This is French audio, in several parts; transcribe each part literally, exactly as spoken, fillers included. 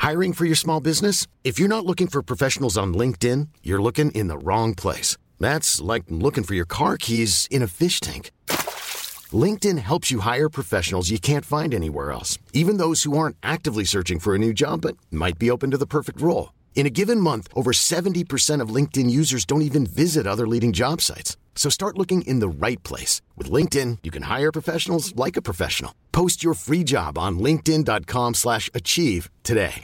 Hiring for your small business? If you're not looking for professionals on LinkedIn, you're looking in the wrong place. That's like looking for your car keys in a fish tank. LinkedIn helps you hire professionals you can't find anywhere else, even those who aren't actively searching for a new job but might be open to the perfect role. In a given month, over seventy percent of LinkedIn users don't even visit other leading job sites. So start looking in the right place. With LinkedIn, you can hire professionals like a professional. Post your free job on linkedin.com slash achieve today.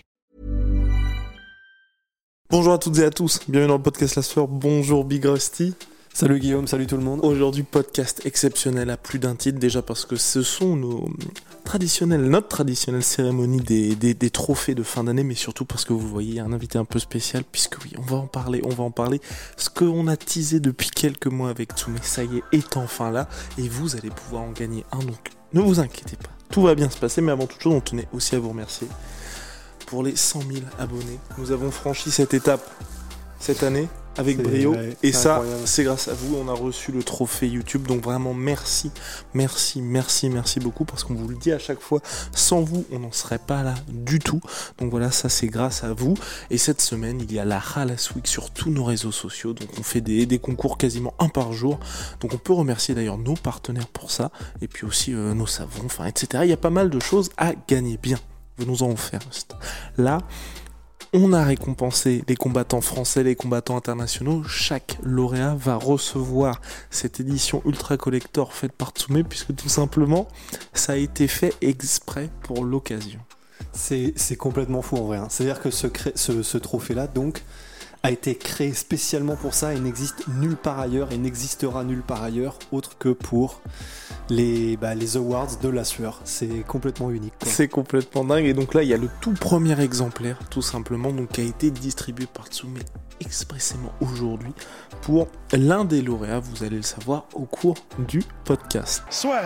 Bonjour à toutes et à tous, bienvenue dans le podcast La Sueur. Bonjour Big Rusty. Salut Guillaume, salut tout le monde. Aujourd'hui, podcast exceptionnel à plus d'un titre, déjà parce que ce sont nos traditionnels, notre traditionnelle cérémonie des, des, des trophées de fin d'année, mais surtout parce que vous voyez, il y a un invité un peu spécial, puisque oui, on va en parler, on va en parler. Ce qu'on a teasé depuis quelques mois avec Tsoumé, ça y est, est enfin là, et vous allez pouvoir en gagner un, donc ne vous inquiétez pas, tout va bien se passer, mais avant toute chose, on tenait aussi à vous remercier pour les cent mille abonnés. Nous avons franchi cette étape cette année avec c'est, brio ouais, et ça incroyable. C'est grâce à vous, on a reçu le trophée YouTube, donc vraiment merci merci merci merci beaucoup, parce qu'on vous le dit à chaque fois, sans vous on n'en serait pas là du tout, donc voilà, ça c'est grâce à vous. Et cette semaine il y a la Halas Week sur tous nos réseaux sociaux, donc on fait des, des concours quasiment un par jour, donc on peut remercier d'ailleurs nos partenaires pour ça, et puis aussi euh, nos savons, enfin etc, il y a pas mal de choses à gagner. Bien, venons-en au first. Là on a récompensé les combattants français, les combattants internationaux. Chaque lauréat va recevoir cette édition ultra collector faite par Tsoumé, puisque tout simplement, ça a été fait exprès pour l'occasion. C'est, c'est complètement fou en vrai. Hein. C'est-à-dire que ce, cré- ce, ce trophée-là, donc, a été créé spécialement pour ça et n'existe nulle part ailleurs et n'existera nulle part ailleurs autre que pour les, bah, les awards de La Sueur. C'est complètement unique, quoi. C'est complètement dingue. Et donc là, il y a le tout premier exemplaire, tout simplement, donc, qui a été distribué par Tsoumé expressément aujourd'hui pour l'un des lauréats. Vous allez le savoir au cours du podcast. Soit.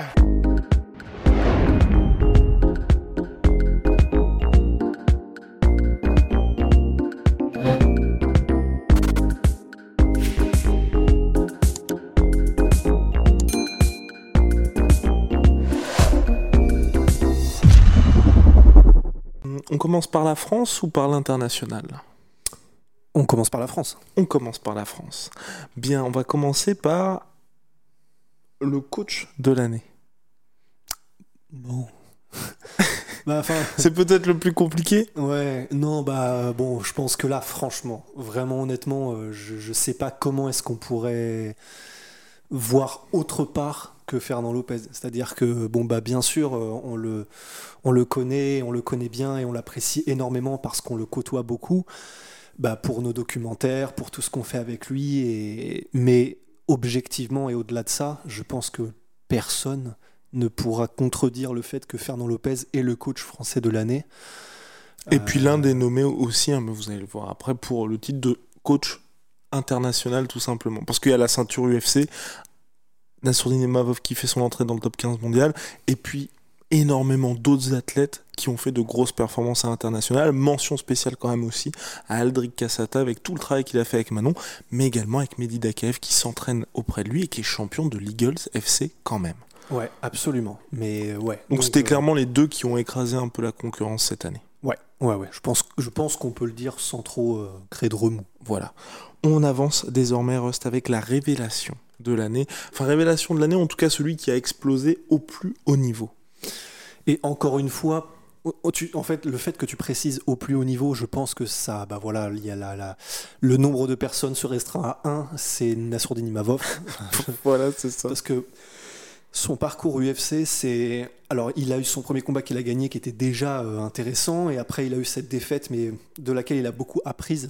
On commence par la France ou par l'international ? On commence par la France. On commence par la France. Bien, on va commencer par le coach de l'année. Bon. bah, enfin... C'est peut-être le plus compliqué ? Ouais, non, bah bon, je pense que là, franchement, vraiment honnêtement, euh, je, je sais pas comment est-ce qu'on pourrait voir autre part que Fernand Lopez. C'est-à-dire que, bon, bah bien sûr, euh, on le, on le connaît, on le connaît bien et on l'apprécie énormément parce qu'on le côtoie beaucoup, bah, pour nos documentaires, pour tout ce qu'on fait avec lui. Et... Mais objectivement et au-delà de ça, je pense que personne ne pourra contredire le fait que Fernand Lopez est le coach français de l'année. Et euh... puis l'un des nommés aussi, hein, mais vous allez le voir après, pour le titre de coach international, tout simplement. Parce qu'il y a la ceinture U F C, Nassourdine Imavov qui fait son entrée dans le top quinze mondial, et puis énormément d'autres athlètes qui ont fait de grosses performances à l'international. Mention spéciale quand même aussi à Aldric Cassata avec tout le travail qu'il a fait avec Manon, mais également avec Mehdi Dakaev qui s'entraîne auprès de lui et qui est champion de l'Eagles F C quand même. Ouais, absolument. Mais ouais. Donc, donc c'était euh... clairement les deux qui ont écrasé un peu la concurrence cette année. Ouais, ouais, ouais. Je pense, je pense qu'on peut le dire sans trop euh, créer de remous. Voilà. On avance désormais, Rust, avec la révélation de l'année. Enfin, révélation de l'année, en tout cas celui qui a explosé au plus haut niveau. Et encore une fois, tu, en fait, le fait que tu précises au plus haut niveau, je pense que ça, bah voilà, il y a la, la, le nombre de personnes se restreint à un, c'est Nassourdine Imavov. Voilà, c'est ça. Parce que son parcours U F C, c'est... Alors, il a eu son premier combat qu'il a gagné, qui était déjà euh, intéressant, et après, il a eu cette défaite, mais de laquelle il a beaucoup appris,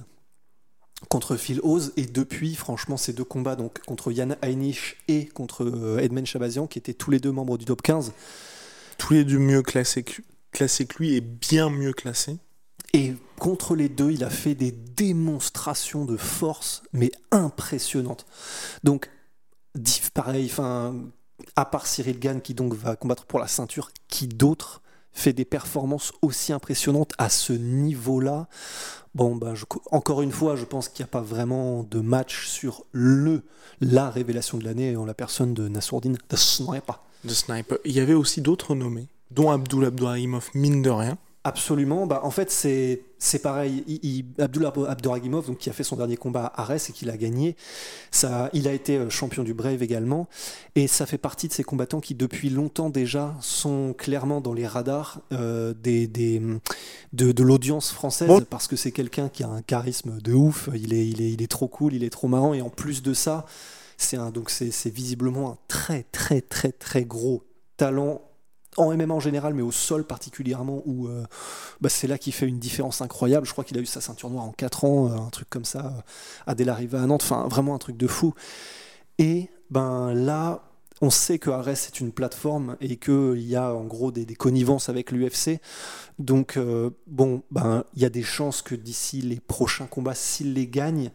contre Phil Hawes. Et depuis, franchement, ces deux combats, donc contre Jan Heinisch et contre euh, Edmen Shahbazian, qui étaient tous les deux membres du top quinze. Tous les deux mieux classés que, classés que lui, et bien mieux classés. Et contre les deux, il a fait des démonstrations de force, mais impressionnantes. Donc, diff pareil, enfin... à part Cyril Gane qui donc va combattre pour la ceinture, qui d'autre fait des performances aussi impressionnantes à ce niveau-là? Bon, ben, je, encore une fois, je pense qu'il n'y a pas vraiment de match sur le, la révélation de l'année en la personne de Nassourdine de Sniper. De Sniper. Il y avait aussi d'autres nommés, dont Abdul Abdourahimov, mine de rien. Absolument. Bah, en fait, c'est, c'est pareil. Il, il, Abdullah Abduragimov, donc, qui a fait son dernier combat à Arès et qui l'a gagné, ça, il a été champion du Brave également. Et ça fait partie de ces combattants qui, depuis longtemps déjà, sont clairement dans les radars euh, des, des, de, de l'audience française, bon. Parce que c'est quelqu'un qui a un charisme de ouf. Il est, il est, il est trop cool, il est trop marrant. Et en plus de ça, c'est, un, donc c'est, c'est visiblement un très, très, très, très gros talent en M M A en général, mais au sol particulièrement, où euh, bah c'est là qu'il fait une différence incroyable. Je crois qu'il a eu sa ceinture noire en quatre ans, euh, un truc comme ça, euh, à dès l'arrivée à Nantes, enfin vraiment un truc de fou. Et ben là, on sait que Arès est une plateforme et qu'il y a en gros des, des connivences avec l'U F C. Donc euh, bon, ben il y a des chances que d'ici les prochains combats, s'il les gagne,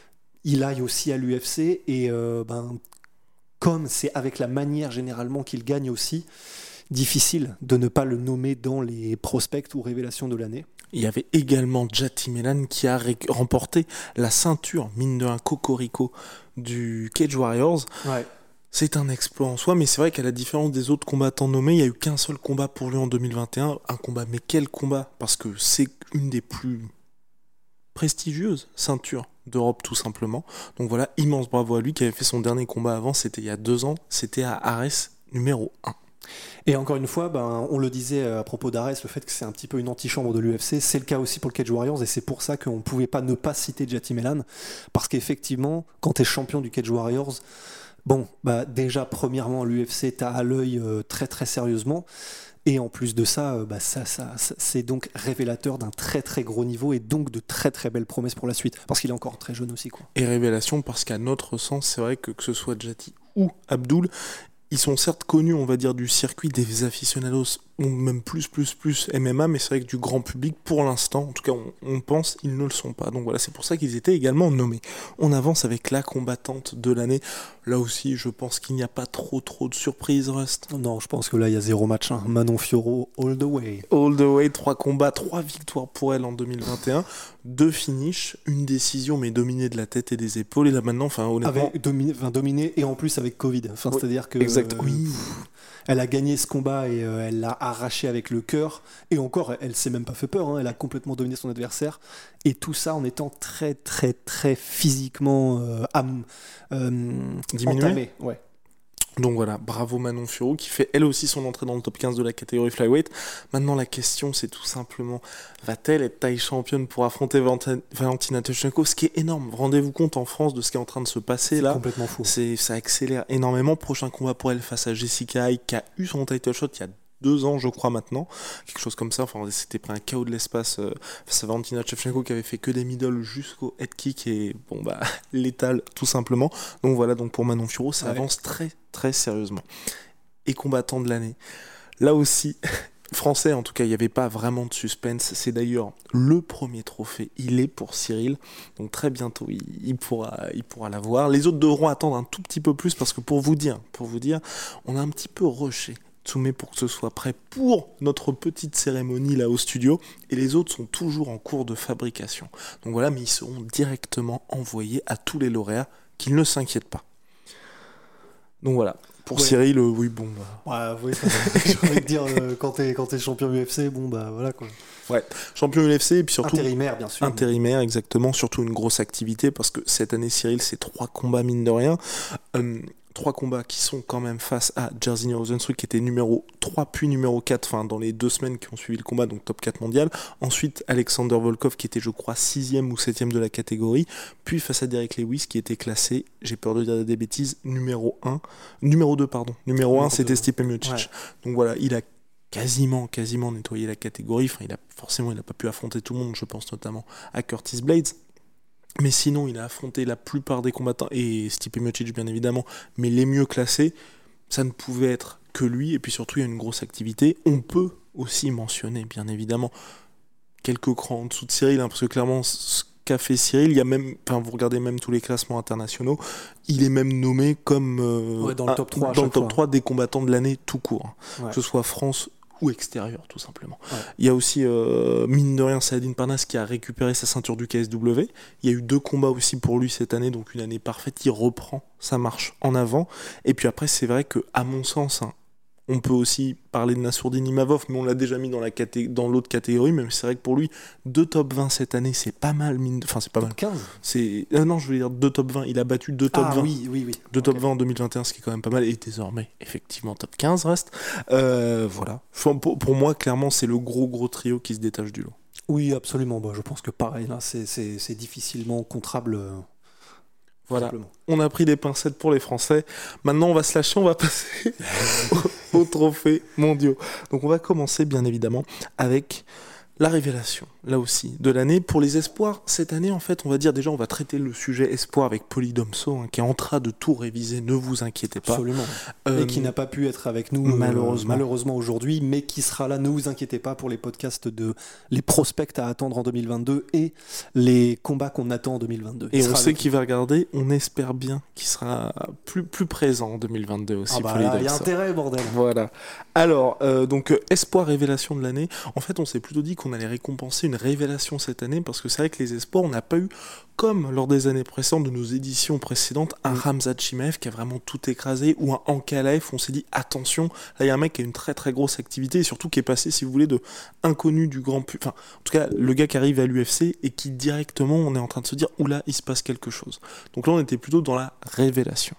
il aille aussi à l'U F C. Et euh, ben comme c'est avec la manière généralement qu'il gagne aussi, difficile de ne pas le nommer dans les prospects ou révélations de l'année. Il y avait également Jati Melan qui a ré- remporté la ceinture, mine de un cocorico, du Cage Warriors. Ouais. C'est un exploit en soi, mais c'est vrai qu'à la différence des autres combattants nommés, il n'y a eu qu'un seul combat pour lui en deux mille vingt et un. Un combat, mais quel combat ? Parce que c'est une des plus prestigieuses ceintures d'Europe, tout simplement. Donc voilà, immense bravo à lui qui avait fait son dernier combat avant, c'était il y a deux ans, c'était à Arès numéro un. Et encore une fois, ben, on le disait à propos d'Arès, le fait que c'est un petit peu une antichambre de l'U F C, c'est le cas aussi pour le Cage Warriors, et c'est pour ça qu'on ne pouvait pas ne pas citer Jati Melan, parce qu'effectivement, quand tu es champion du Cage Warriors, bon, bah, déjà, premièrement, l'U F C t'a à l'œil euh, très très sérieusement, et en plus de ça, euh, bah, ça, ça, ça, c'est donc révélateur d'un très très gros niveau, et donc de très très belles promesses pour la suite, parce qu'il est encore très jeune aussi, quoi. Et révélation, parce qu'à notre sens, c'est vrai que que ce soit Jati ou Abdul, ils sont certes connus, on va dire, du circuit des aficionados, ou même plus, plus, plus M M A, mais c'est vrai que du grand public, pour l'instant, en tout cas, on, on pense, ils ne le sont pas. Donc voilà, c'est pour ça qu'ils étaient également nommés. On avance avec la combattante de l'année. Là aussi, je pense qu'il n'y a pas trop, trop de surprises, Rust. Non, je pense que là, il y a zéro match. Hein. Manon Fiorot, all the way. All the way, trois combats, trois victoires pour elle en deux mille vingt et un. Deux finishes, une décision, mais dominée de la tête et des épaules. Et là maintenant, enfin, honnêtement... Avec dominé, enfin, dominé, et en plus avec Covid. Enfin, oui, c'est-à-dire que... Exact, euh, oui. Elle a gagné ce combat et euh, elle l'a arraché avec le cœur. Et encore, elle s'est même pas fait peur. Hein. Elle a complètement dominé son adversaire. Et tout ça en étant très, très, très physiquement euh, am, euh, diminué. Entamé. Ouais. Donc voilà, bravo Manon Fiorot qui fait elle aussi son entrée dans le top quinze de la catégorie flyweight. Maintenant la question c'est tout simplement, va-t-elle être taille championne pour affronter Valentina Shevchenko ? Ce qui est énorme, rendez-vous compte en France de ce qui est en train de se passer c'est là. Complètement fou. C'est, ça accélère énormément. Prochain combat pour elle face à Jessica Eye qui a eu son title shot il y a deux ans je crois maintenant, quelque chose comme ça. Enfin, c'était pris un K O de l'espace euh, face à Valentina Shevchenko qui avait fait que des middle jusqu'au head kick et bon bah létal tout simplement. Donc voilà, donc pour Manon Fiorot ça ouais. avance très très sérieusement. Et combattant de l'année, là aussi français en tout cas, il n'y avait pas vraiment de suspense. C'est d'ailleurs le premier trophée, il est pour Cyril, donc très bientôt il, il pourra il pourra l'avoir. Les autres devront attendre un tout petit peu plus parce que pour vous dire pour vous dire on a un petit peu rushé Tsoumé pour que ce soit prêt pour notre petite cérémonie là au studio, et les autres sont toujours en cours de fabrication. Donc voilà, mais ils seront directement envoyés à tous les lauréats, qu'ils ne s'inquiètent pas. Donc voilà, pour ouais. Cyril, euh, oui bon bah... Ouais, oui, j'ai envie de dire, euh, quand t'es, quand t'es champion U F C, bon bah voilà quoi. Ouais, champion U F C et puis surtout... Intérimaire bien sûr. Intérimaire, exactement, surtout une grosse activité, parce que cette année Cyril, c'est trois combats mine de rien. Euh, Trois combats qui sont quand même face à Jairzinho Rozenstruik qui était numéro trois puis numéro quatre, enfin dans les deux semaines qui ont suivi le combat, donc top quatre mondial. Ensuite Alexander Volkov qui était je crois sixième ou septième de la catégorie, puis face à Derek Lewis qui était classé, j'ai peur de dire des bêtises, numéro un, numéro deux pardon, numéro un c'était Stipe Miocic. Ouais. Donc voilà, il a quasiment quasiment nettoyé la catégorie, enfin il a forcément il n'a pas pu affronter tout le monde, je pense notamment à Curtis Blades. Mais sinon, il a affronté la plupart des combattants, et Stipe Miocic bien évidemment, mais les mieux classés, ça ne pouvait être que lui, et puis surtout, il y a une grosse activité. On peut aussi mentionner, bien évidemment, quelques crans en dessous de Cyril, hein, parce que clairement, ce qu'a fait Cyril, il y a même, enfin, vous regardez même tous les classements internationaux, il est même nommé comme euh, ouais, dans le top trois, un, dans le top trois des combattants de l'année tout court, ouais. Que ce soit France ou extérieur tout simplement. Ouais. Il y a aussi euh, mine de rien Saladin Parnasse qui a récupéré sa ceinture du K S W. Il y a eu deux combats aussi pour lui cette année, donc une année parfaite. Il reprend sa marche en avant. Et puis après c'est vrai que à mon sens, hein, On peut aussi parler de Nassourdine Imavov, mais on l'a déjà mis dans, la caté- dans l'autre catégorie. Mais c'est vrai que pour lui, deux top vingt cette année, c'est pas mal. Mine de... Enfin, c'est pas top mal. quinze C'est... Euh, non, je veux dire deux top vingt. Il a battu deux top ah, vingt. oui, oui, oui. Deux okay. top vingt en deux mille vingt et un, ce qui est quand même pas mal. Et désormais, effectivement, top quinze reste. Euh, voilà. Pour, pour moi, clairement, c'est le gros, gros trio qui se détache du lot. Oui, absolument. Bah, je pense que pareil, là, c'est, c'est, c'est difficilement contrable. Euh... Voilà, on a pris des pincettes pour les Français. Maintenant, on va se lâcher, on va passer aux, aux trophées mondiaux. Donc, on va commencer, bien évidemment, avec la révélation, là aussi, de l'année. Pour les espoirs, cette année, en fait, on va dire déjà, on va traiter le sujet espoir avec Polydomso, hein, qui est en train de tout réviser, ne vous inquiétez pas. Absolument. Euh, et qui n'a pas pu être avec nous, malheureusement, euh, malheureusement aujourd'hui, mais qui sera là, ne vous inquiétez pas, pour les podcasts de les prospects à attendre en deux mille vingt-deux et les combats qu'on attend en deux mille vingt-deux. Et on sait qu'il va regarder, on espère bien qu'il sera plus, plus présent en deux mille vingt-deux aussi. Ah bah il y a intérêt, bordel. Voilà. Alors, euh, donc, euh, espoir, révélation de l'année. En fait, on s'est plutôt dit qu'on allait récompenser une révélation cette année, parce que c'est vrai que les espoirs, on n'a pas eu, comme lors des années précédentes, de nos éditions précédentes, un Khamzat Chimaev qui a vraiment tout écrasé, ou un Ankalaev, on s'est dit, attention, là, il y a un mec qui a une très très grosse activité, et surtout qui est passé, si vous voulez, de inconnu du grand public, enfin, en tout cas, le gars qui arrive à l'U F C, et qui directement, on est en train de se dire, oula, il se passe quelque chose. Donc là, on était plutôt dans la révélation.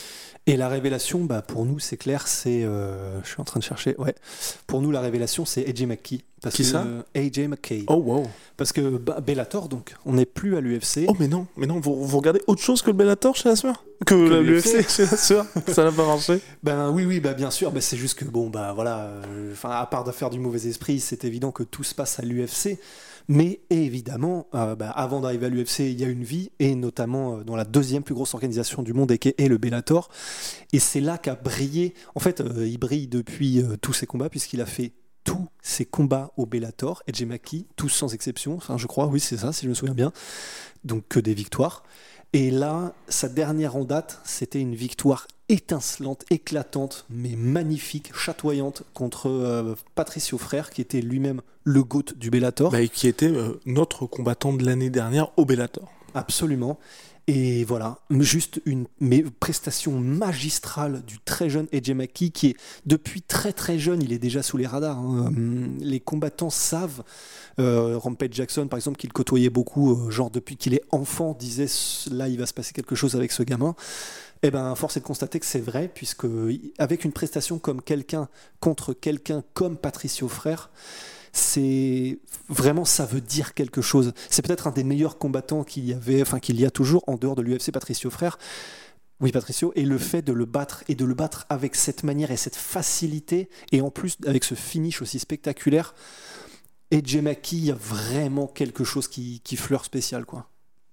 Et la révélation, bah, pour nous, c'est clair, c'est... Euh, je suis en train de chercher, ouais. Pour nous, la révélation, c'est A J McKay. Parce Qui que, ça euh, A J McKay. Oh, wow. Parce que bah, Bellator, donc, on n'est plus à l'U F C. Oh, mais non, mais non, vous, vous regardez autre chose que le Bellator chez la sueur Que, que l'U F C chez la sueur. Ça n'a pas marché. Ben oui, oui, bah, bien sûr. Bah, c'est juste que, bon, bah voilà, euh, à part de faire du mauvais esprit, c'est évident que tout se passe à l'U F C. Mais évidemment, euh, bah, avant d'arriver à l'U F C, il y a une vie, et notamment euh, dans la deuxième plus grosse organisation du monde, et qui est le Bellator. Et c'est là qu'a brillé. En fait, euh, il brille depuis euh, tous ses combats, puisqu'il a fait tous ses combats au Bellator, A J McKay, tous sans exception. Enfin, je crois, oui, c'est ça, si je me souviens bien. Donc, que des victoires. Et là, sa dernière en date, c'était une victoire étincelante, éclatante, mais magnifique, chatoyante contre euh, Patricio Freire, qui était lui-même le GOAT du Bellator. Bah, et qui était euh, notre combattant de l'année dernière au Bellator. Absolument. Et voilà, juste une mais prestation magistrale du très jeune A J McKay, qui est depuis très très jeune, il est déjà sous les radars. Hein. Les combattants savent. Euh, Rampage Jackson, par exemple, qu'il côtoyait beaucoup, euh, genre depuis qu'il est enfant, disait là il va se passer quelque chose avec ce gamin. Eh ben, force est de constater que c'est vrai, puisque avec une prestation comme quelqu'un contre quelqu'un comme Patricio Freire, c'est vraiment, ça veut dire quelque chose. C'est peut-être un des meilleurs combattants qu'il y avait, enfin qu'il y a toujours en dehors de l'U F C, Patricio Freire. Oui, Patricio, et le fait de le battre, et de le battre avec cette manière et cette facilité, et en plus avec ce finish aussi spectaculaire, A J McKay, il y a vraiment quelque chose qui, qui fleure spécial, quoi.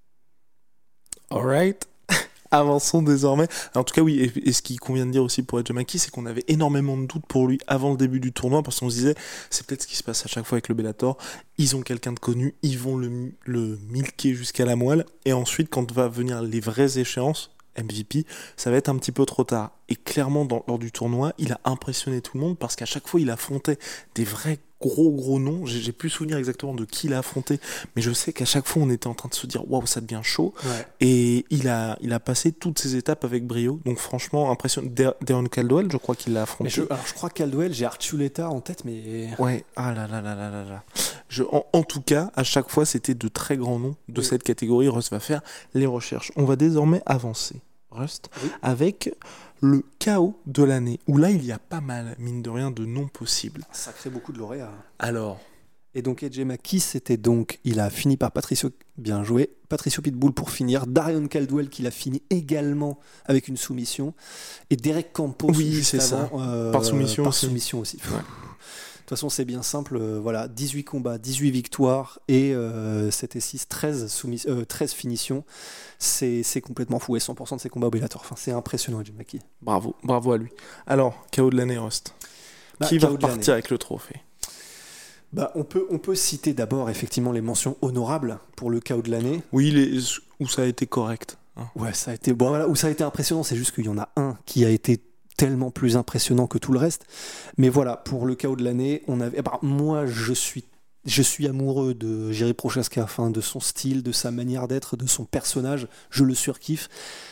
Alright. Avançons désormais. En tout cas, oui, et, et ce qu'il convient de dire aussi pour A J McKay, c'est qu'on avait énormément de doutes pour lui avant le début du tournoi, parce qu'on se disait, c'est peut-être ce qui se passe à chaque fois avec le Bellator, ils ont quelqu'un de connu, ils vont le, le milquer jusqu'à la moelle, et ensuite, quand va venir les vraies échéances, M V P, ça va être un petit peu trop tard. Et clairement, dans, lors du tournoi, il a impressionné tout le monde, parce qu'à chaque fois, il affrontait des vrais gros gros noms. J'ai, j'ai plus souvenir exactement de qui il a affronté, mais je sais qu'à chaque fois, on était en train de se dire waouh, ça devient chaud. Ouais. Et il a, il a passé toutes ces étapes avec brio. Donc franchement, impressionnant. Deon Caldwell, je crois qu'il l'a affronté. Mais je, alors je crois que Caldwell, j'ai Archuleta en tête, mais ouais. Ah là là là là là là. Je, en, en tout cas, à chaque fois, c'était de très grands noms de oui. cette catégorie. Russ va faire les recherches. On va désormais avancer. Rust, oui. avec le K O de l'année, où là il y a pas mal, mine de rien, de noms possibles. Ça crée beaucoup de lauréats. Alors. Et donc A J McKay, c'était donc, il a fini par Patricio, bien joué, Patricio Pitbull pour finir, Darion Caldwell qui l'a fini également avec une soumission, et Derek Campos oui, juste c'est avant, ça. Euh, par soumission par aussi. Soumission aussi. Ouais. De toute façon, c'est bien simple. Euh, voilà, dix-huit combats, dix-huit victoires et euh, sept et six, treize, soumis, euh, treize finitions. C'est, c'est complètement fou. Et cent pour cent de ses combats au Bellator. Enfin, c'est impressionnant, A J McKay. Bravo, bravo à lui. Alors, K O de l'année, Rust. Bah, Qui va repartir avec le trophée? Bah, on peut, on peut citer d'abord effectivement les mentions honorables pour le K O de l'année. Oui, les, où ça a été correct. Hein. Ouais, ça a été, bon, voilà, où ça a été impressionnant. C'est juste qu'il y en a un qui a été tellement plus impressionnant que tout le reste. Mais voilà, pour le K O de l'année, on avait. Bah, moi, je suis, je suis amoureux de Jiří Procházka, enfin, de son style, de sa manière d'être, de son personnage. Je le surkiffe.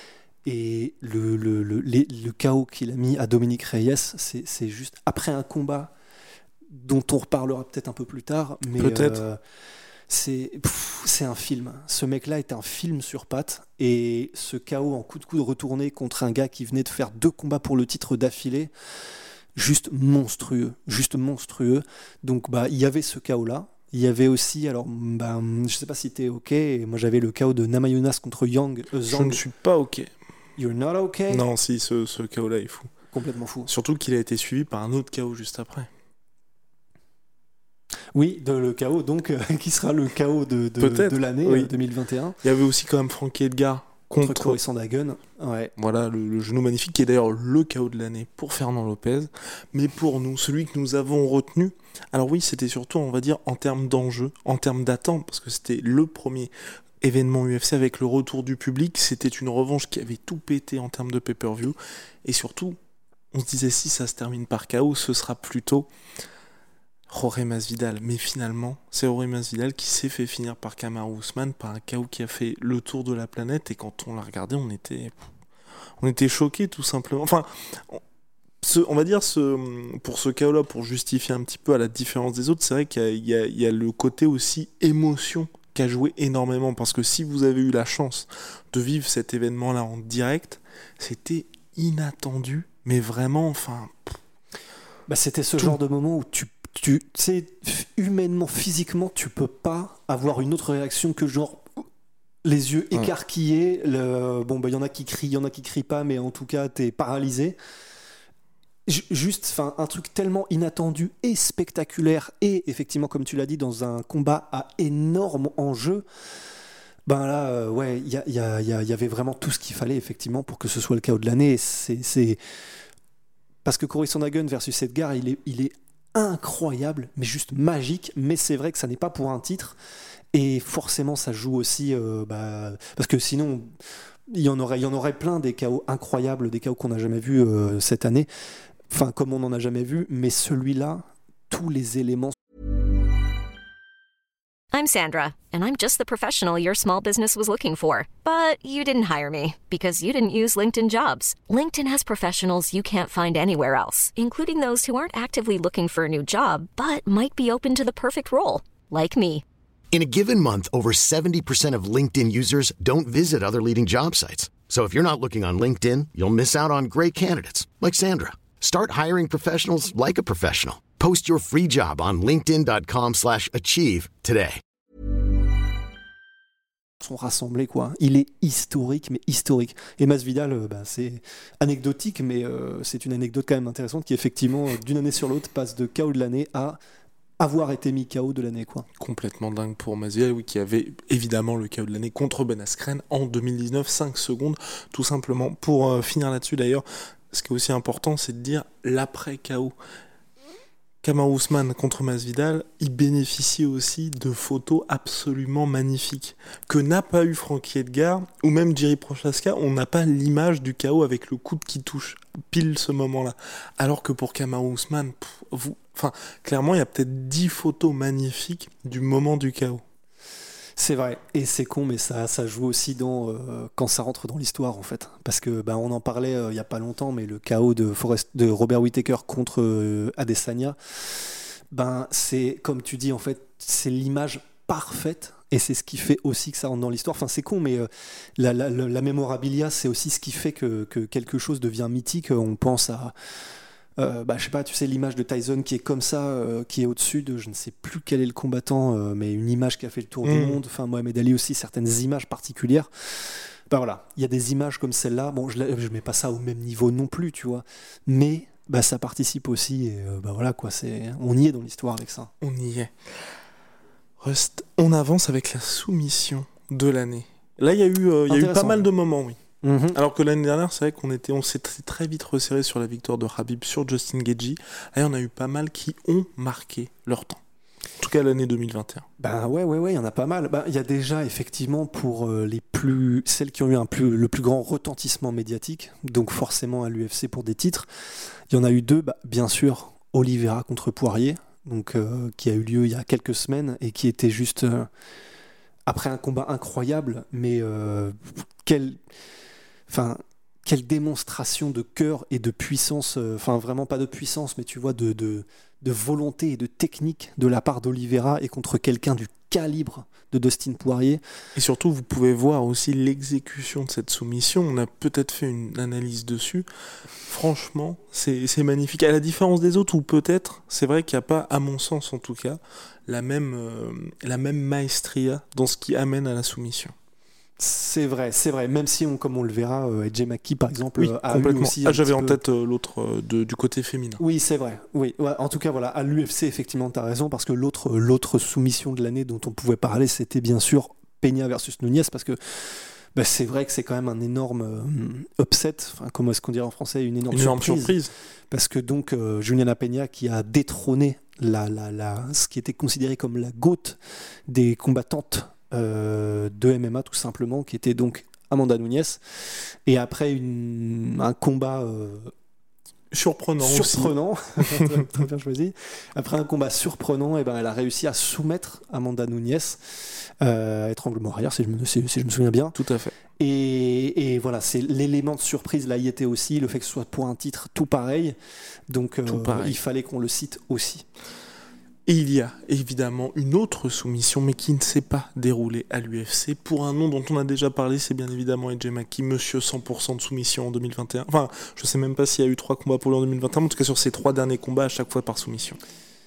Et le, le, le, le, le K O qu'il a mis à Dominique Reyes, c'est, c'est juste après un combat dont on reparlera peut-être un peu plus tard, mais peut-être. Euh, c'est, pff, c'est un film. Ce mec-là est un film sur pattes, et ce K O en coup de coude retourné contre un gars qui venait de faire deux combats pour le titre d'affilée, juste monstrueux, juste monstrueux. Donc bah il y avait ce K O-là. Il y avait aussi, alors bah, je sais pas si t'es ok, et moi j'avais le K O de Namajunas contre Yang. Euh, Je ne suis pas ok. You're not ok. Non, si, ce, ce K O-là est fou. Complètement fou. Surtout qu'il a été suivi par un autre K O juste après. Oui, de, le K O, donc, euh, qui sera le K O de, de, de l'année oui. euh, deux mille vingt et un. Il y avait aussi quand même Frankie Edgar contre, contre Cory Sandhagen. Ouais. Voilà, le, le genou magnifique, qui est d'ailleurs le K O de l'année pour Fernand Lopez. Mais pour nous, celui que nous avons retenu, alors oui, c'était surtout, on va dire, en termes d'enjeu, en termes d'attente, parce que c'était le premier événement U F C avec le retour du public. C'était une revanche qui avait tout pété en termes de pay-per-view. Et surtout, on se disait, si ça se termine par K O, ce sera plutôt Jorge Masvidal. Mais finalement, c'est Jorge Masvidal qui s'est fait finir par Kamaru Usman, par un K O qui a fait le tour de la planète. Et quand on l'a regardé, on était, on était choqués tout simplement. Enfin, on, ce, on va dire, ce, pour ce K O-là, pour justifier un petit peu à la différence des autres, c'est vrai qu'il y a, il y a, il y a le côté aussi émotion qui a joué énormément. Parce que si vous avez eu la chance de vivre cet événement-là en direct, c'était inattendu. Mais vraiment, enfin... Bah, c'était ce tout. genre de moment où tu tu sais, humainement, physiquement, tu peux pas avoir une autre réaction que genre les yeux écarquillés. Le, bon, bah, il y en a qui crient, il y en a qui crient pas, mais en tout cas, t'es paralysé. J- juste, enfin, un truc tellement inattendu et spectaculaire, et effectivement, comme tu l'as dit, dans un combat à énorme enjeu. Ben là, euh, ouais, il y, y, y, y avait vraiment tout ce qu'il fallait, effectivement, pour que ce soit le K O de l'année. C'est, c'est... Parce que Cory Sandhagen versus Edgar, il est, il est incroyable, mais juste magique. Mais c'est vrai que ça n'est pas pour un titre, et forcément ça joue aussi euh, bah, parce que sinon il y en aurait, il y en aurait plein des K O incroyables, des K O qu'on n'a jamais vus euh, cette année, enfin comme on n'en a jamais vu, mais celui-là, tous les éléments. I'm Sandra, and I'm just the professional your small business was looking for. But you didn't hire me because you didn't use LinkedIn Jobs. LinkedIn has professionals you can't find anywhere else, including those who aren't actively looking for a new job, but might be open to the perfect role, like me. In a given month, over seventy percent of LinkedIn users don't visit other leading job sites. So if you're not looking on LinkedIn, you'll miss out on great candidates like Sandra. Start hiring professionals like a professional. Post your free job on linkedin.com slash achieve today. Sont rassemblés, quoi. Il est historique, mais historique. Et Masvidal, euh, bah, c'est anecdotique, mais euh, c'est une anecdote quand même intéressante qui, effectivement, d'une année sur l'autre, passe de K O de l'année à avoir été mis K O de l'année, quoi. Complètement dingue pour Masvidal, oui, qui avait évidemment le K O de l'année contre Ben Askren en deux mille dix-neuf, cinq secondes, tout simplement. Pour euh, finir là-dessus, d'ailleurs, ce qui est aussi important, c'est de dire l'après-K O. Kamaru Usman contre Masvidal, il bénéficie aussi de photos absolument magnifiques que n'a pas eu Frankie Edgar ou même Jiri Prochazka. On n'a pas l'image du K O avec le coude qui touche pile ce moment-là. Alors que pour Kamaru Usman, pff, vous, enfin, clairement, il y a peut-être dix photos magnifiques du moment du K O. C'est vrai, et c'est con, mais ça, ça joue aussi dans, euh, quand ça rentre dans l'histoire, en fait. Parce que bah, on en parlait euh, il n'y a pas longtemps, mais le K O de, Forrest, de Robert Whittaker contre euh, Adesanya, ben, c'est, comme tu dis, en fait, c'est l'image parfaite, et c'est ce qui fait aussi que ça rentre dans l'histoire. Enfin, c'est con, mais euh, la, la, la, la mémorabilia, c'est aussi ce qui fait que, que quelque chose devient mythique. On pense à... Euh, bah, je sais pas, tu sais, l'image de Tyson qui est comme ça, euh, qui est au-dessus de, je ne sais plus quel est le combattant, euh, mais une image qui a fait le tour mmh. du monde. Enfin, Mohamed Ali aussi, certaines images particulières. Bah voilà, il y a des images comme celle-là. Bon, je, je mets pas ça au même niveau non plus, tu vois, mais bah ça participe aussi. Et euh, bah voilà quoi, c'est, on y est dans l'histoire avec ça. On y est. Rust, on avance avec la soumission de l'année. Là, il y a eu, euh, il y a eu pas mal de moments, oui. Mmh. Alors que l'année dernière, c'est vrai qu'on était, on s'est très, très vite resserré sur la victoire de Khabib sur Justin Gaethje. Là, il y en a eu pas mal qui ont marqué leur temps. En tout cas, l'année deux mille vingt et un. Ben ouais, ouais, ouais, il y en a pas mal. Ben, il y a déjà, effectivement, pour euh, les plus, celles qui ont eu un plus, le plus grand retentissement médiatique, donc forcément à l'U F C pour des titres, il y en a eu deux, bah, bien sûr, Oliveira contre Poirier, donc, euh, qui a eu lieu il y a quelques semaines et qui était juste, euh, après un combat incroyable, mais euh, quel... Enfin, quelle démonstration de cœur et de puissance, enfin euh, vraiment pas de puissance, mais tu vois, de, de, de volonté et de technique de la part d'Oliveira et contre quelqu'un du calibre de Dustin Poirier. Et surtout, vous pouvez voir aussi l'exécution de cette soumission. On a peut-être fait une analyse dessus. Franchement, c'est, c'est magnifique. À la différence des autres, ou peut-être, c'est vrai qu'il n'y a pas, à mon sens en tout cas, la même, euh, la même maestria dans ce qui amène à la soumission. C'est vrai, c'est vrai. Même si, on, comme on le verra, euh, A J McKee, par exemple, oui, euh, a complètement. eu aussi ah, j'avais en peu... tête euh, l'autre euh, de, du côté féminin. Oui, c'est vrai. Oui. Ouais, en tout cas, voilà, à l'U F C, effectivement, tu as raison, parce que l'autre, l'autre soumission de l'année dont on pouvait parler, c'était bien sûr Peña versus Nunes, parce que bah, c'est vrai que c'est quand même un énorme euh, upset. Enfin, comment est-ce qu'on dirait en français, une énorme, une énorme surprise, surprise. Parce que donc euh, Juliana Peña, qui a détrôné la, la, la, ce qui était considéré comme la GOAT des combattantes Euh, de M M A tout simplement, qui était donc Amanda Nunes, et après une, un combat euh, surprenant, surprenant très bien choisi. Après un combat surprenant, et ben elle a réussi à soumettre Amanda Nunes, euh, étranglement arrière si je, me, si, si je me souviens bien. Tout à fait. Et, et voilà, c'est l'élément de surprise là y était aussi, le fait que ce soit pour un titre tout pareil, donc euh, tout pareil. Il fallait qu'on le cite aussi. Et il y a évidemment une autre soumission, mais qui ne s'est pas déroulée à l'U F C. Pour un nom dont on a déjà parlé, c'est bien évidemment A J McKee, monsieur cent pour cent de soumission en deux mille vingt et un. Enfin, je sais même pas s'il y a eu trois combats pour lui en deux mille vingt et un, mais en tout cas sur ces trois derniers combats, à chaque fois par soumission.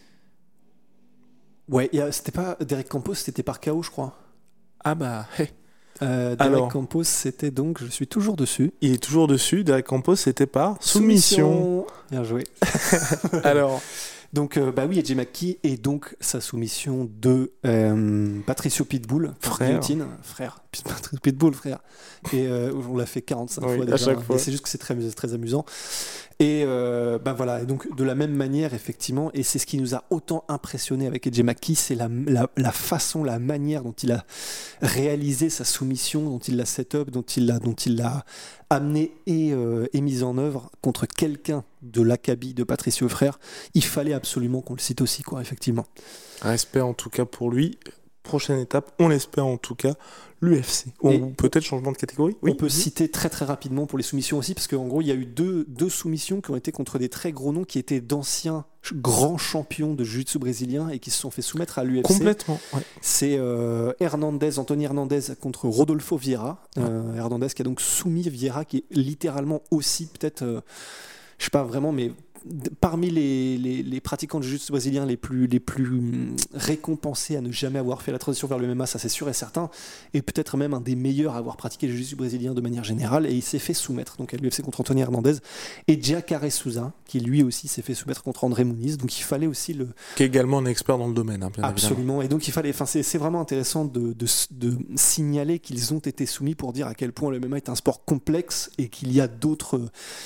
Ouais, y a, c'était pas Derek Campos, c'était par K O, je crois. Ah bah, hey. Euh, Derek Alors, Campos, c'était donc, je suis toujours dessus. Il est toujours dessus. Derek Campos, c'était par soumission. soumission. Bien joué. Alors... Donc, euh, bah oui, A J McKee et donc sa soumission de euh, Patricio Pitbull, frère. frère, Patricio Pitbull, frère. Et euh, on l'a fait quarante-cinq oui, fois déjà. À chaque fois. Et c'est juste que c'est très, très amusant. Et euh, bah voilà, et donc de la même manière, effectivement, et c'est ce qui nous a autant impressionné avec A J McKee, c'est la, la, la façon, la manière dont il a réalisé sa soumission, dont il l'a set-up, dont il l'a, dont il l'a amené et, euh, et mise en œuvre contre quelqu'un de l'acabit de Patricio Frère. Il fallait absolument qu'on le cite aussi, quoi, effectivement. Respect en tout cas pour lui. Prochaine étape, on l'espère en tout cas, l'U F C. Ou et peut-être changement de catégorie. On oui. peut citer très très rapidement pour les soumissions aussi, parce qu'en gros, il y a eu deux, deux soumissions qui ont été contre des très gros noms qui étaient d'anciens grands champions de jiu-jitsu brésilien et qui se sont fait soumettre à l'U F C. Complètement. Ouais. C'est euh, Hernandez, Anthony Hernandez contre Rodolfo Vieira. Ouais. Euh, Hernandez qui a donc soumis Vieira, qui est littéralement aussi peut-être, euh, je sais pas vraiment, mais parmi les, les, les pratiquants de jiu-jitsu brésilien les plus, les plus récompensés à ne jamais avoir fait la transition vers le M M A, ça c'est sûr et certain, et peut-être même un des meilleurs à avoir pratiqué le jiu-jitsu brésilien de manière générale, et il s'est fait soumettre donc à l'U F C contre Anthony Hernandez, et Jacare Souza, qui lui aussi s'est fait soumettre contre André Muniz, donc il fallait aussi le... Qui est également un expert dans le domaine, hein, bien Absolument, évidemment. Et donc il fallait, enfin c'est, c'est vraiment intéressant de, de, de signaler qu'ils ont été soumis pour dire à quel point le M M A est un sport complexe, et qu'il y a d'autres...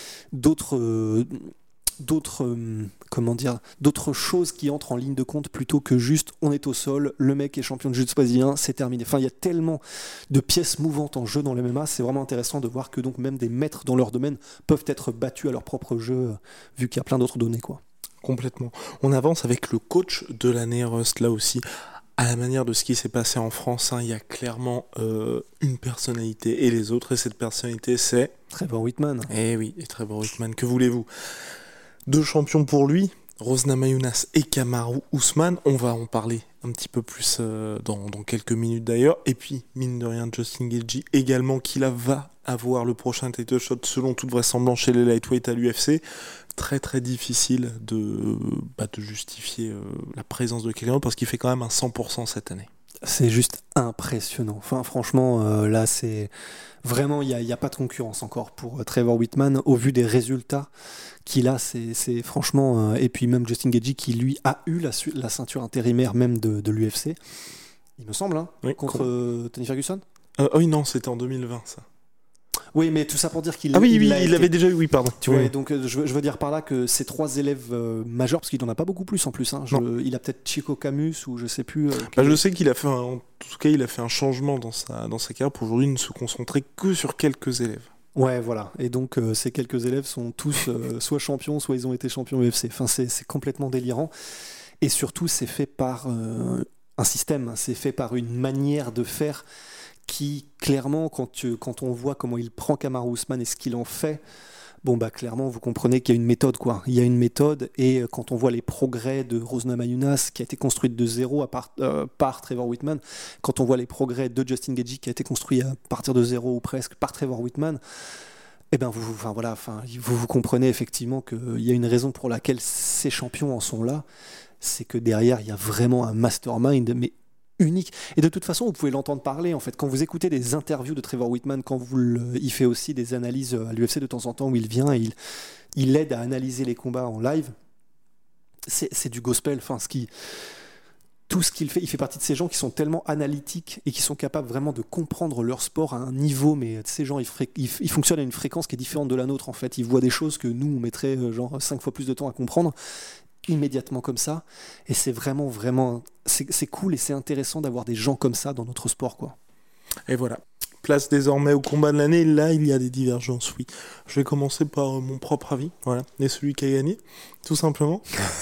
d'autres d'autres euh, comment dire d'autres choses qui entrent en ligne de compte plutôt que juste on est au sol, le mec est champion de jiu-jitsu brésilien, c'est terminé. Enfin, il y a tellement de pièces mouvantes en jeu dans le M M A, c'est vraiment intéressant de voir que donc même des maîtres dans leur domaine peuvent être battus à leur propre jeu, euh, vu qu'il y a plein d'autres données, quoi. Complètement. On avance avec le coach de l'année, Rust, là aussi. À la manière de ce qui s'est passé en France, hein, il y a clairement euh, une personnalité et les autres, et cette personnalité c'est... Trevor Whitman. Eh oui, et Trevor Whitman, que voulez-vous ? Deux champions pour lui, Rose Namajunas et Kamaru Usman. On va en parler un petit peu plus euh, dans, dans quelques minutes d'ailleurs. Et puis, mine de rien, Justin Gaethje également, qui là va avoir le prochain title shot selon toute vraisemblance chez les lightweight à l'U F C. Très très difficile de, bah, de justifier euh, la présence de quelqu'un parce qu'il fait quand même un cent pour cent cette année. C'est juste impressionnant. Enfin, franchement, euh, là, c'est vraiment, il n'y a, y a pas de concurrence encore pour euh, Trevor Whitman au vu des résultats qu'il a. C'est, c'est franchement, euh, et puis même Justin Gaethje qui lui a eu la, la ceinture intérimaire même de, de l'U F C, il me semble, hein, oui, contre euh, Tony Ferguson. Euh, oh oui, non, c'était en deux mille vingt ça. Oui, mais tout ça pour dire qu'il ah oui, il, oui, il été... l'avait déjà eu, oui, pardon. Tu oui. vois, donc euh, je, veux, je veux dire par là que ces trois élèves euh, majeurs, parce qu'il n'en a pas beaucoup plus en plus, hein, je, il a peut-être Chico Camus ou je sais plus. Euh, bah, je sais qu'il a fait, un, en tout cas, il a fait un changement dans sa dans sa carrière pour aujourd'hui ne se concentrer que sur quelques élèves. Ouais, voilà. Et donc euh, ces quelques élèves sont tous euh, soit champions, soit ils ont été champions U F C. Enfin, c'est, c'est complètement délirant. Et surtout, c'est fait par euh, un système. C'est fait par une manière de faire qui, clairement, quand, tu, quand on voit comment il prend Kamaru Usman et ce qu'il en fait, bon, bah, clairement, vous comprenez qu'il y a une méthode, quoi. Il y a une méthode, et quand on voit les progrès de Rose Namajunas, qui a été construite de zéro à part, euh, par Trevor Whitman, quand on voit les progrès de Justin Gaethje, qui a été construit à partir de zéro ou presque par Trevor Whitman, eh ben, vous, enfin, voilà, enfin, vous, vous comprenez effectivement qu'il y a une raison pour laquelle ces champions en sont là, c'est que derrière, il y a vraiment un mastermind, mais unique. Et de toute façon, vous pouvez l'entendre parler, en fait. Quand vous écoutez des interviews de Trevor Whitman, quand vous le, il fait aussi des analyses à l'U F C de temps en temps, où il vient et il, il aide à analyser les combats en live, c'est, c'est du gospel. Enfin, ce qui, tout ce qu'il fait, il fait partie de ces gens qui sont tellement analytiques et qui sont capables vraiment de comprendre leur sport à un niveau, mais ces gens, ils, fré- ils, ils fonctionnent à une fréquence qui est différente de la nôtre, en fait. Ils voient des choses que nous, on mettrait euh, genre cinq fois plus de temps à comprendre, immédiatement comme ça, et c'est vraiment vraiment c'est, c'est cool et c'est intéressant d'avoir des gens comme ça dans notre sport, quoi. Et voilà, place désormais au combat de l'année. Là il y a des divergences, oui. Je vais commencer par euh, mon propre avis, voilà, et celui qui a gagné, tout simplement.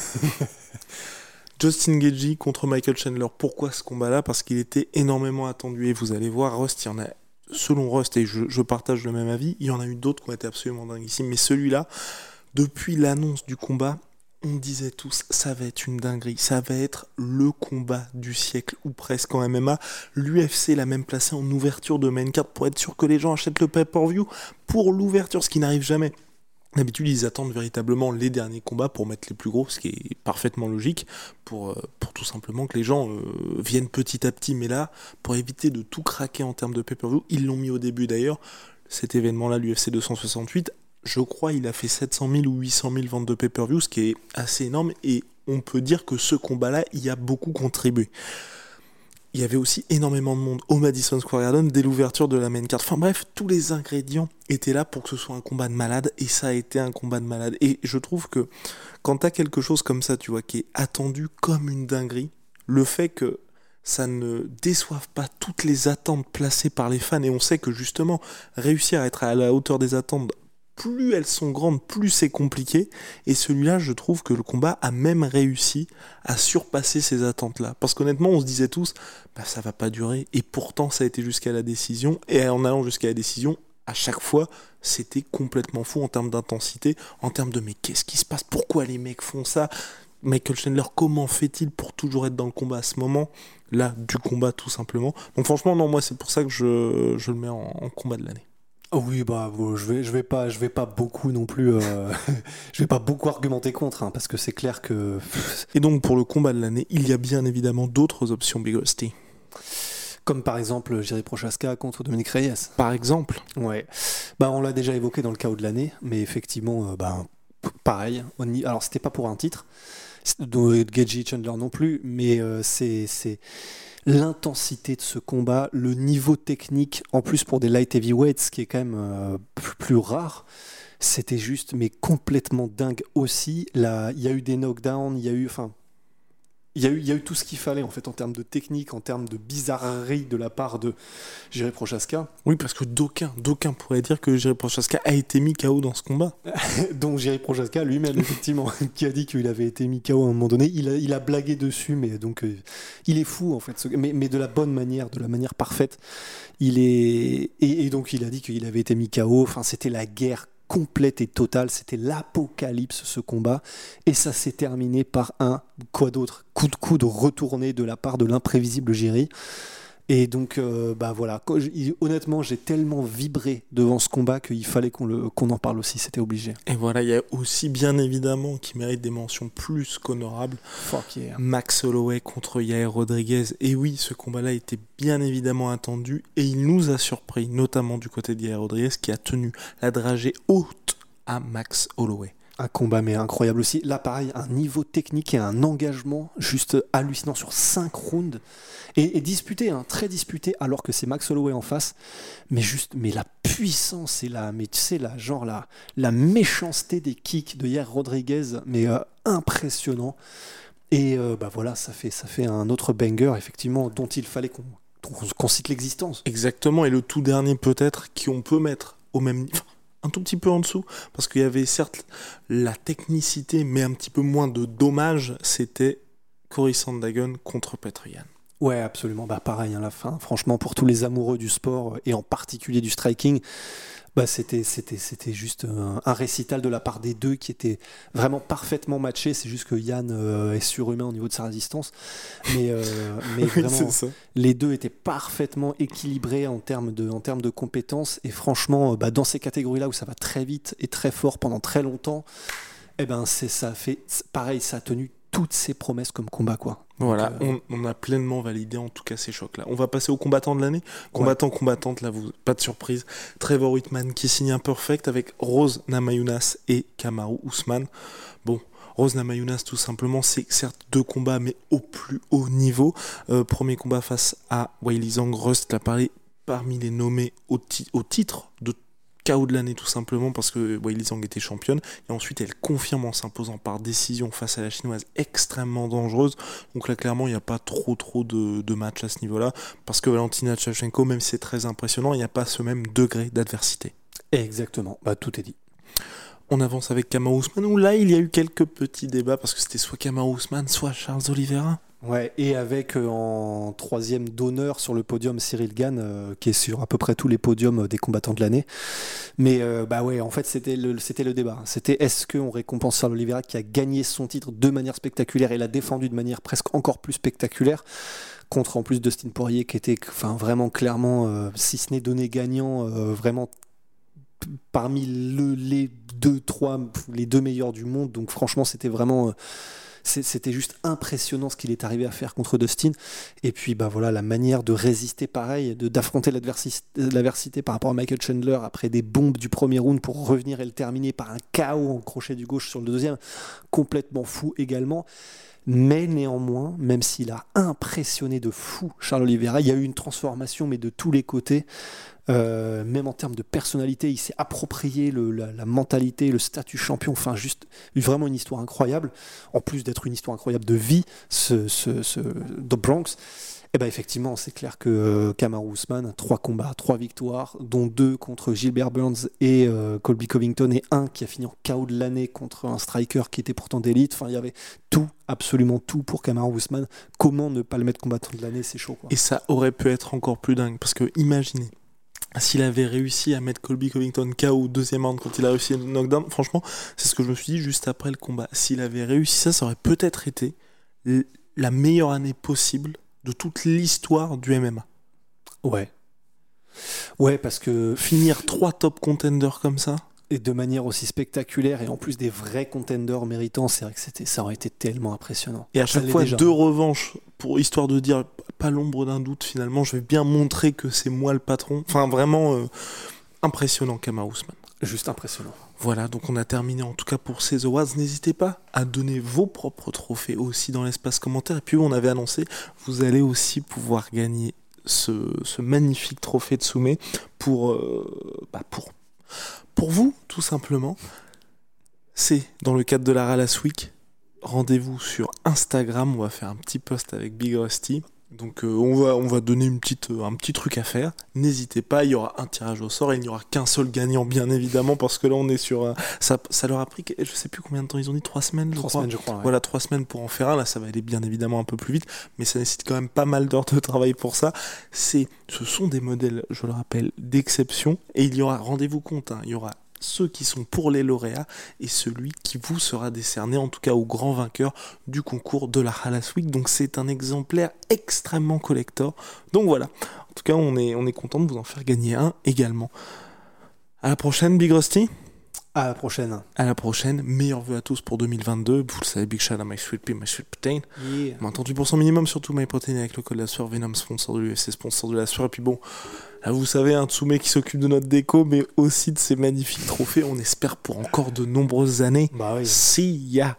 Justin Gaethje contre Michael Chandler. Pourquoi ce combat-là? Parce qu'il était énormément attendu, et vous allez voir, Rust, il y en a, selon Rust, et je, je partage le même avis, il y en a eu d'autres qui ont été absolument dinguissimes, mais celui-là, depuis l'annonce du combat, on disait tous, ça va être une dinguerie, ça va être le combat du siècle, ou presque en M M A. L'U F C l'a même placé en ouverture de main card pour être sûr que les gens achètent le pay-per-view pour l'ouverture, ce qui n'arrive jamais. D'habitude, ils attendent véritablement les derniers combats pour mettre les plus gros, ce qui est parfaitement logique, pour, pour tout simplement que les gens euh, viennent petit à petit. Mais là, pour éviter de tout craquer en termes de pay-per-view, ils l'ont mis au début d'ailleurs, cet événement-là, l'U F C deux cent soixante-huit, je crois il a fait sept cent mille ou huit cent mille ventes de pay-per-view, ce qui est assez énorme, et on peut dire que ce combat-là y a beaucoup contribué. Il y avait aussi énormément de monde au Madison Square Garden dès l'ouverture de la main card. Enfin bref, tous les ingrédients étaient là pour que ce soit un combat de malade, et ça a été un combat de malade. Et je trouve que quand t'as quelque chose comme ça, tu vois, qui est attendu comme une dinguerie, le fait que ça ne déçoive pas toutes les attentes placées par les fans, et on sait que justement, réussir à être à la hauteur des attentes, plus elles sont grandes, plus c'est compliqué. Et celui-là, je trouve que le combat a même réussi à surpasser ces attentes-là. Parce qu'honnêtement, on se disait tous, bah, ça va pas durer. Et pourtant, ça a été jusqu'à la décision. Et en allant jusqu'à la décision, à chaque fois, c'était complètement fou en termes d'intensité, en termes de mais qu'est-ce qui se passe? Pourquoi les mecs font ça? Michael Chandler, comment fait-il pour toujours être dans le combat à ce moment là du combat, tout simplement? Donc franchement, non, moi c'est pour ça que je, je le mets en, en combat de l'année. Oh oui, bah je vais, je vais pas, je vais pas beaucoup non plus, euh, je vais pas beaucoup argumenter contre, hein, parce que c'est clair que. Et donc pour le combat de l'année, il y a bien évidemment d'autres options, Big Rusty. Comme par exemple Jiri Prochazka contre Dominic Reyes. Par exemple. Ouais. Bah on l'a déjà évoqué dans le chaos de l'année, mais effectivement, euh, bah pareil. On y... Alors c'était pas pour un titre, Gaethje Chandler non plus, mais euh, c'est c'est. L'intensité de ce combat, le niveau technique, en plus pour des light heavyweights, ce qui est quand même euh, plus, plus rare, c'était juste, mais complètement dingue aussi. Là, il y a eu des knockdowns, il y a eu, enfin, il y a eu, il y a eu tout ce qu'il fallait en fait en termes de technique, en termes de bizarrerie de la part de Jiri Prochazka. Oui, parce que d'aucuns, d'aucuns pourraient dire que Jiri Prochazka a été mis K O dans ce combat. Donc Jiri Prochazka lui-même, effectivement, qui a dit qu'il avait été mis K O à un moment donné, il a, il a blagué dessus, mais donc euh, il est fou en fait, ce, mais, mais de la bonne manière, de la manière parfaite. Il est et, et donc il a dit qu'il avait été mis K O. Enfin, c'était la guerre complète et totale, c'était l'apocalypse ce combat, et ça s'est terminé par un, quoi d'autre, coup de coude retourné de la part de l'imprévisible Jiri. Et donc euh, bah voilà, honnêtement j'ai tellement vibré devant ce combat qu'il fallait qu'on, le, qu'on en parle aussi, c'était obligé. Et voilà, il y a aussi bien évidemment qui mérite des mentions plus qu'honorables, Fuck yeah. Max Holloway contre Yair Rodriguez. Et oui, ce combat-là était bien évidemment attendu, et il nous a surpris, notamment du côté de Yair Rodriguez, qui a tenu la dragée haute à Max Holloway. Un combat mais incroyable aussi. Là pareil, un niveau technique et un engagement juste hallucinant sur cinq rounds. Et, et disputé, hein, très disputé, alors que c'est Max Holloway en face. Mais juste, mais la puissance et la, mais tu sais, la, genre la, la méchanceté des kicks de Yair Rodriguez, mais euh, impressionnant. Et euh, bah voilà, ça fait, ça fait un autre banger, effectivement, dont il fallait qu'on, qu'on cite l'existence. Exactement, et le tout dernier peut-être, qu'on peut mettre au même niveau, un tout petit peu en dessous, parce qu'il y avait certes la technicité, mais un petit peu moins de dommages, c'était Cory Sandhagen contre Petr Yan. Ouais, absolument. Bah, pareil, hein, la fin. Franchement, pour tous les amoureux du sport et en particulier du striking, bah, c'était, c'était, c'était juste un, un récital de la part des deux qui était vraiment parfaitement matché. C'est juste que Yann euh, est surhumain au niveau de sa résistance. Mais, euh, mais Oui, vraiment, c'est ça. les deux étaient parfaitement équilibrés en termes de, en termes de compétences. Et franchement, bah, dans ces catégories-là où ça va très vite et très fort pendant très longtemps, eh ben, c'est, ça fait, pareil, ça a tenu toutes ses promesses comme combat, quoi. Voilà, Donc, euh... on, on a pleinement validé en tout cas ces chocs-là. On va passer aux combattants de l'année. Combattant, ouais. combattante, là, vous, pas de surprise. Trevor Whitman qui signe un perfect avec Rose Namajunas et Kamaru Usman. Bon, Rose Namajunas, tout simplement, c'est certes deux combats, mais au plus haut niveau. Euh, premier combat face à Weili Zhang, Rust l'a parlé parmi les nommés au, ti- au titre de K O de l'année tout simplement parce que Weili Zhang était championne et ensuite elle confirme en s'imposant par décision face à la chinoise extrêmement dangereuse. Donc là clairement il n'y a pas trop trop de, de matchs à ce niveau-là parce que Valentina Shevchenko, même si c'est très impressionnant, il n'y a pas ce même degré d'adversité. Exactement, bah, tout est dit. On avance avec Kamaru Usman où là il y a eu quelques petits débats parce que c'était soit Kamaru Usman soit Charles Oliveira. Ouais, et avec euh, en troisième d'honneur sur le podium Cyril Gane, euh, qui est sur à peu près tous les podiums des combattants de l'année. Mais euh, bah ouais, en fait, c'était le, c'était le débat. C'était est-ce qu'on récompense Charles Oliveira qui a gagné son titre de manière spectaculaire et l'a défendu de manière presque encore plus spectaculaire contre en plus Dustin Poirier qui était enfin, vraiment clairement, euh, si ce n'est donné gagnant, euh, vraiment parmi le, les deux, trois, les deux meilleurs du monde. Donc franchement, c'était vraiment... Euh, c'était juste impressionnant ce qu'il est arrivé à faire contre Dustin. Et puis bah voilà, la manière de résister pareil, de, d'affronter l'adversité, l'adversité par rapport à Michael Chandler après des bombes du premier round pour revenir et le terminer par un K O en crochet du gauche sur le deuxième, complètement fou également. Mais néanmoins, même s'il a impressionné de fou Charles Oliveira, il y a eu une transformation mais de tous les côtés. Euh, même en termes de personnalité, il s'est approprié le, la, la mentalité, le statut champion, enfin juste vraiment une histoire incroyable, en plus d'être une histoire incroyable de vie, ce, ce, ce The Bronx. Et ben effectivement, c'est clair que euh, Kamaru Usman, trois combats, trois victoires, dont deux contre Gilbert Burns et euh, Colby Covington, et un qui a fini en K O de l'année contre un striker qui était pourtant d'élite. Enfin, il y avait tout, absolument tout pour Kamaru Usman. Comment ne pas le mettre combattant de l'année, c'est chaud, quoi. Et ça aurait pu être encore plus dingue, parce que imaginez, s'il avait réussi à mettre Colby Covington K O au deuxième round quand il a réussi le knockdown, franchement, c'est ce que je me suis dit juste après le combat. S'il avait réussi ça, ça aurait peut-être été la meilleure année possible de toute l'histoire du M M A. Ouais. Ouais, parce que finir trois top contenders comme ça, et de manière aussi spectaculaire, et en plus des vrais contenders méritants, c'est vrai que c'était, ça aurait été tellement impressionnant. Et à chaque fois, déjà. deux revanches, pour histoire de dire, pas l'ombre d'un doute, finalement, je vais bien montrer que c'est moi le patron. Enfin, vraiment euh, impressionnant, Kamaru Usman. Juste impressionnant. Voilà, donc on a terminé en tout cas pour ces awards. N'hésitez pas à donner vos propres trophées aussi dans l'espace commentaire. Et puis on avait annoncé, vous allez aussi pouvoir gagner ce, ce magnifique trophée de Tsume pour, euh, bah pour, pour vous, tout simplement. C'est dans le cadre de la Ralace Week. Rendez-vous sur Instagram, on va faire un petit post avec Big Rusty. Donc euh, on va on va donner une petite euh, un petit truc à faire. N'hésitez pas, il y aura un tirage au sort et il n'y aura qu'un seul gagnant bien évidemment parce que là on est sur euh, ça ça leur a pris je sais plus combien de temps ils ont dit trois semaines je trois crois. semaines je crois. Ouais. Voilà trois semaines pour en faire un. Là ça va aller bien évidemment un peu plus vite, mais ça nécessite quand même pas mal d'heures de travail pour ça. C'est ce sont des modèles, je le rappelle, d'exception et il y aura rendez-vous compte, hein, il y aura ceux qui sont pour les lauréats et celui qui vous sera décerné en tout cas au grand vainqueur du concours de la Ralace Week. Donc c'est un exemplaire extrêmement collector. Donc voilà, en tout cas on est, on est content de vous en faire gagner un également. À la prochaine Big Rusty. À la prochaine. À la prochaine. Meilleurs vœux à tous pour deux mille vingt-deux. Vous le savez, big shout à My Sweet Pea, My Sweet Protein. Yeah. Moins trente-huit pour cent minimum, surtout My Protein avec le code de la sueur. Venom, sponsor de l'U F C, sponsor de la sueur. Et puis bon, là vous savez, un Tsume qui s'occupe de notre déco, mais aussi de ces magnifiques trophées. On espère pour encore de nombreuses années. Bah oui. See ya.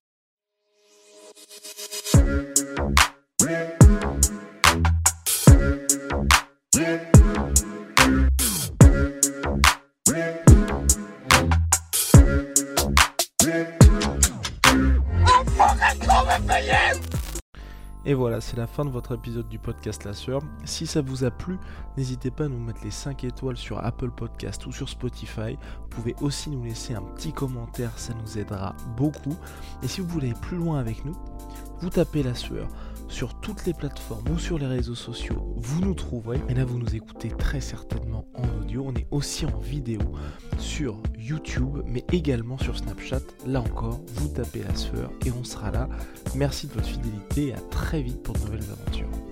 Et voilà, c'est la fin de votre épisode du podcast La Sueur. Si ça vous a plu, n'hésitez pas à nous mettre les cinq étoiles sur Apple Podcast ou sur Spotify. Vous pouvez aussi nous laisser un petit commentaire, ça nous aidera beaucoup. Et si vous voulez aller plus loin avec nous, vous tapez La Sueur sur toutes les plateformes ou sur les réseaux sociaux, vous nous trouverez. Et là, vous nous écoutez très certainement en audio. On est aussi en vidéo sur YouTube, mais également sur Snapchat. Là encore, vous tapez La Sueur et on sera là. Merci de votre fidélité et à très vite pour de nouvelles aventures.